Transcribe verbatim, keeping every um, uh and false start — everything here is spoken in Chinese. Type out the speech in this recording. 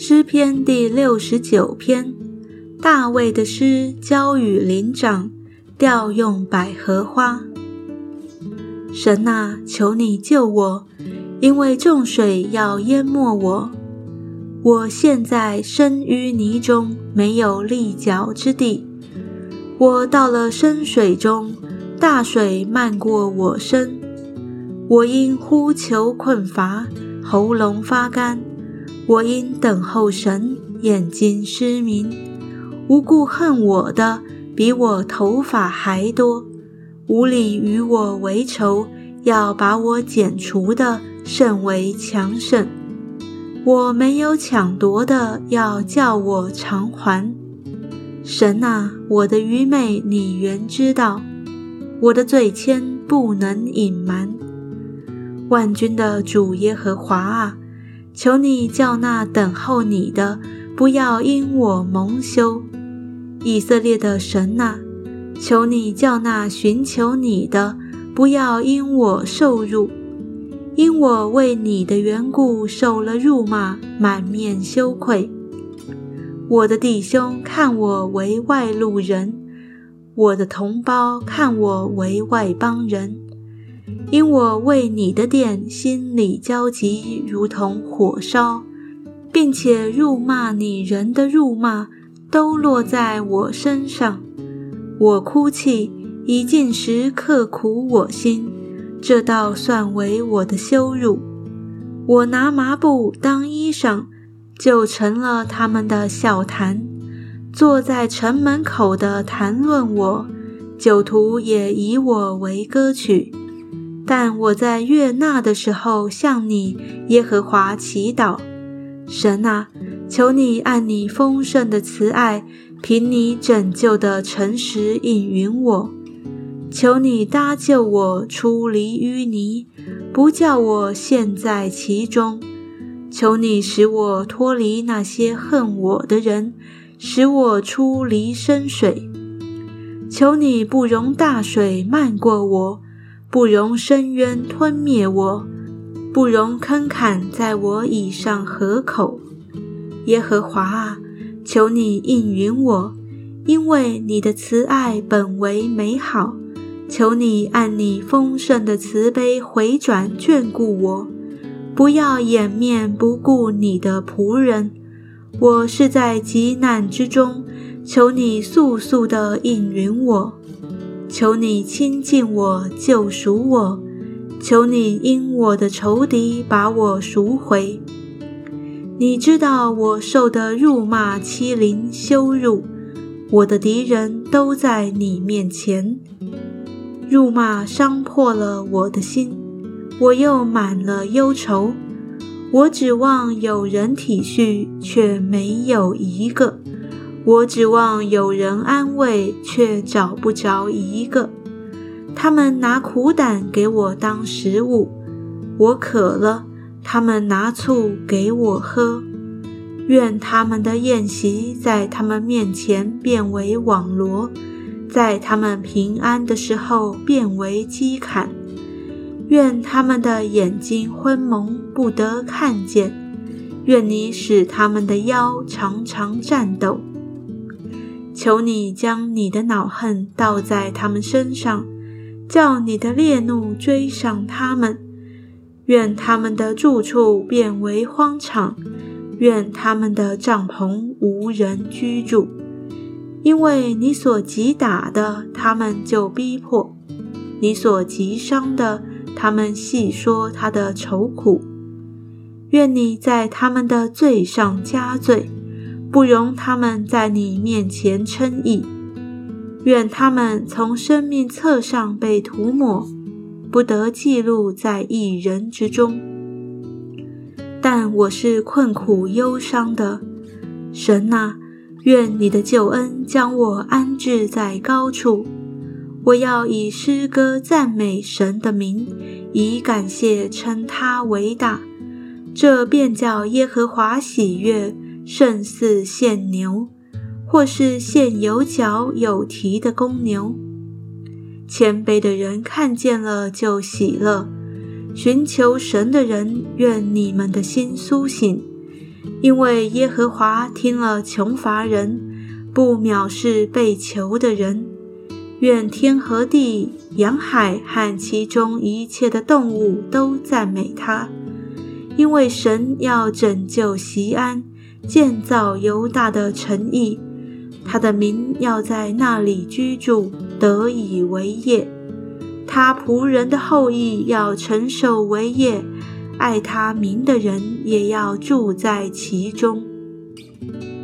诗篇第六十九篇，大卫的诗，交与灵长，调用百合花。神啊，求你救我，因为众水要淹没我。我现在身淤泥中，没有立脚之地。我到了深水中，大水漫过我身。我因呼求困乏，喉咙发干。我因等候神，眼睛失明。无故恨我的，比我头发还多。无理与我为仇，要把我剪除的，甚为强盛。我没有抢夺的，要叫我偿还。神啊，我的愚昧你原知道，我的罪愆不能隐瞒。万军的主耶和华啊，求你叫那等候你的，不要因我蒙羞。以色列的神啊，求你叫那寻求你的，不要因我受辱。因我为你的缘故受了辱骂，满面羞愧。我的弟兄看我为外路人，我的同胞看我为外邦人。因我为你的殿心里焦急，如同火烧，并且辱骂你人的辱骂都落在我身上。我哭泣，以进食刻苦我心，这倒算为我的羞辱。我拿麻布当衣裳，就成了他们的笑谈。坐在城门口的谈论我，酒徒也以我为歌曲。但我在悦纳的时候向你耶和华祈祷。神啊，求你按你丰盛的慈爱，凭你拯救的诚实应允我。求你搭救我出离淤泥，不叫我陷在其中。求你使我脱离那些恨我的人，使我出离深水。求你不容大水漫过我，不容深渊吞灭我，不容坑坎在我以上河口。耶和华啊，求你应允我，因为你的慈爱本为美好。求你按你丰盛的慈悲回转眷顾我，不要掩面不顾你的仆人。我是在急难之中，求你速速地应允我。求你亲近我，救赎我。求你因我的仇敌把我赎回。你知道我受的辱骂、欺凌、羞辱，我的敌人都在你面前。辱骂伤破了我的心，我又满了忧愁。我指望有人体恤，却没有一个。我指望有人安慰，却找不着一个。他们拿苦胆给我当食物，我渴了，他们拿醋给我喝。愿他们的宴席在他们面前变为网罗，在他们平安的时候变为饥坎。愿他们的眼睛昏蒙，不得看见。愿你使他们的腰常常颤抖。求你将你的恼恨倒在他们身上，叫你的烈怒追上他们。愿他们的住处变为荒场，愿他们的帐篷无人居住。因为你所击打的，他们就逼迫；你所击伤的，他们细说他的愁苦。愿你在他们的罪上加罪，不容他们在你面前称义。愿他们从生命册上被涂抹，不得记录在义人之中。但我是困苦忧伤的，神啊，愿你的救恩将我安置在高处。我要以诗歌赞美神的名，以感谢称他为大。这便叫耶和华喜悦，胜似献牛，或是献有角有蹄的公牛。谦卑的人看见了就喜乐，寻求神的人，愿你们的心苏醒。 因为耶和华听了穷乏人，不藐视被囚的人。愿天和地、洋海和其中一切的动物都赞美他，因为神要拯救锡安，建造犹大的城邑，他的民要在那里居住，得以为业。他仆人的后裔要承受为业，爱他名的人也要住在其中。